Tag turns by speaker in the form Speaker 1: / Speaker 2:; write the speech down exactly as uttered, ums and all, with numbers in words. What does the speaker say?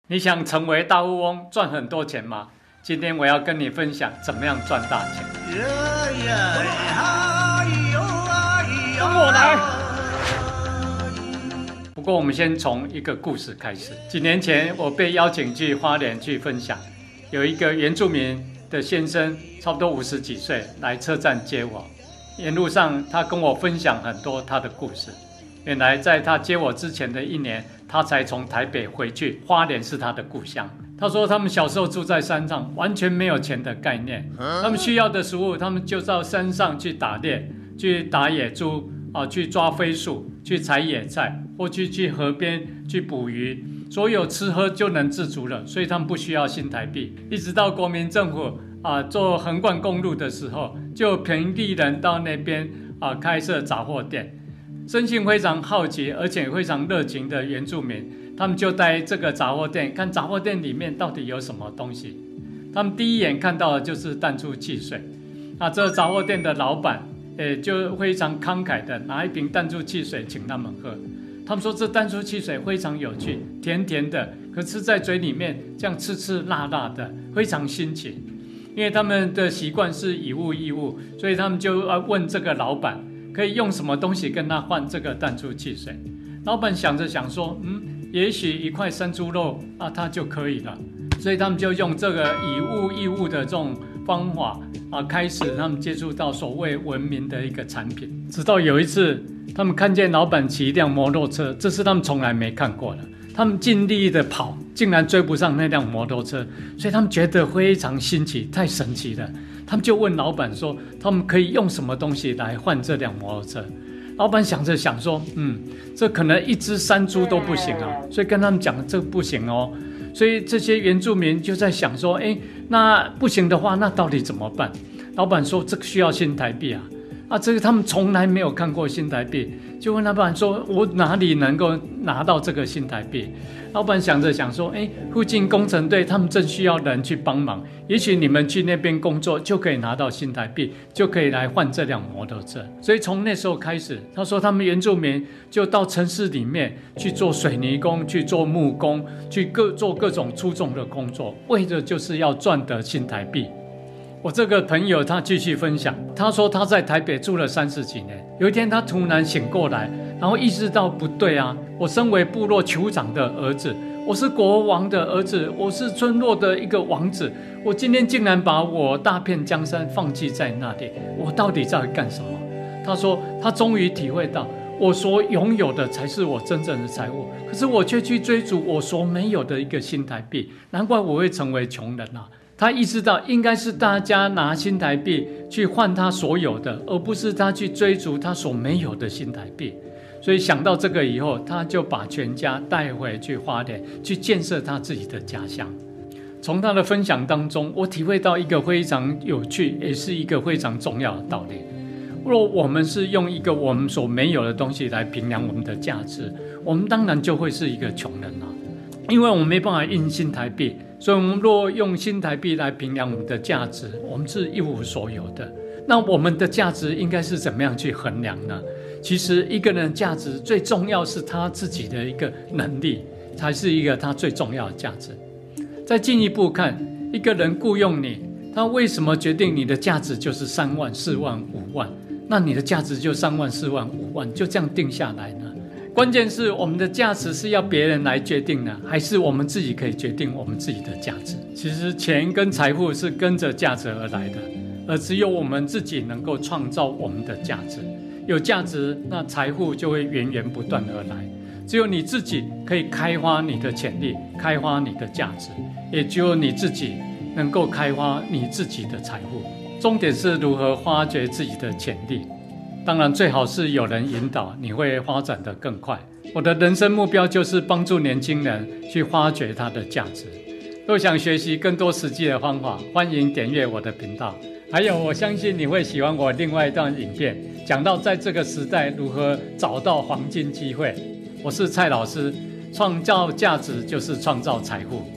Speaker 1: 你想成为大富翁，赚很多钱吗？今天我要跟你分享怎么样赚大钱。跟我来。不过我们先从一个故事开始。几年前我被邀请去花莲去分享，有一个原住民的先生，差不多五十几岁，来车站接我。沿路上他跟我分享很多他的故事。原来在他接我之前的一年，他才从台北回去，花莲是他的故乡。他说他们小时候住在山上，完全没有钱的概念。他们需要的食物，他们就到山上去打猎，去打野猪啊，去抓飞鼠，去采野菜，或去去河边去捕鱼，所有吃喝就能自足了。所以他们不需要新台币。一直到国民政府啊做横贯公路的时候，就平地人到那边啊开设杂货店。生性非常好奇，而且非常热情的原住民，他们就在这个杂货店看杂货店里面到底有什么东西。他们第一眼看到的就是淡出汽水。那这杂货店的老板，诶，就非常慷慨的拿一瓶淡出汽水请他们喝。他们说这淡出汽水非常有趣，甜甜的，可吃在嘴里面这样刺刺辣辣的，非常新奇。因为他们的习惯是以物易物，所以他们就要问这个老板，可以用什么东西跟他换这个淡出汽水？老板想着想说，嗯，也许一块山猪肉啊，他就可以了。所以他们就用这个以物易物的这种方法啊，开始他们接触到所谓文明的一个产品。直到有一次，他们看见老板骑一辆摩托车，这是他们从来没看过的。他们尽力的跑，竟然追不上那辆摩托车，所以他们觉得非常新奇，太神奇了。他们就问老板说，他们可以用什么东西来换这辆摩托车？老板想着想说，嗯，这可能一只山猪都不行啊，所以跟他们讲这不行哦。所以这些原住民就在想说，哎，那不行的话，那到底怎么办？老板说这个需要新台币啊。啊，这个他们从来没有看过新台币，就问老板说：“我哪里能够拿到这个新台币？”老板想着想说：“哎，附近工程队他们正需要人去帮忙，也许你们去那边工作就可以拿到新台币，就可以来换这辆摩托车。”所以从那时候开始，他说他们原住民就到城市里面去做水泥工、去做木工、去各做各种粗重的工作，为的就是要赚得新台币。我这个朋友他继续分享，他说他在台北住了三十几年，有一天他突然醒过来，然后意识到不对啊，我身为部落酋长的儿子，我是国王的儿子，我是村落的一个王子，我今天竟然把我大片江山放弃在那里，我到底在干什么？他说他终于体会到，我所拥有的才是我真正的财物，可是我却去追逐我所没有的一个新台币，难怪我会成为穷人啊。他意识到应该是大家拿新台币去换他所有的，而不是他去追逐他所没有的新台币。所以想到这个以后，他就把全家带回去花莲，去建设他自己的家乡。从他的分享当中，我体会到一个非常有趣，也是一个非常重要的道理。若我们是用一个我们所没有的东西来评量我们的价值，我们当然就会是一个穷人了。因为我们没办法印新台币，所以我们若用新台币来评量我们的价值，我们是一无所有的。那我们的价值应该是怎么样去衡量呢？其实一个人的价值最重要是他自己的一个能力，才是一个他最重要的价值。再进一步看，一个人雇用你，他为什么决定你的价值就是三万、四万、五万？那你的价值就三万、四万、五万，就这样定下来呢？关键是我们的价值是要别人来决定呢，还是我们自己可以决定我们自己的价值？其实钱跟财富是跟着价值而来的，而只有我们自己能够创造我们的价值。有价值，那财富就会源源不断而来。只有你自己可以开发你的潜力，开发你的价值，也只有你自己能够开发你自己的财富。重点是如何发掘自己的潜力。当然最好是有人引导，你会发展得更快。我的人生目标就是帮助年轻人去发掘他的价值。若想学习更多实际的方法，欢迎点阅我的频道。还有，我相信你会喜欢我另外一段影片，讲到在这个时代如何找到黄金机会。我是蔡老师，创造价值就是创造财富。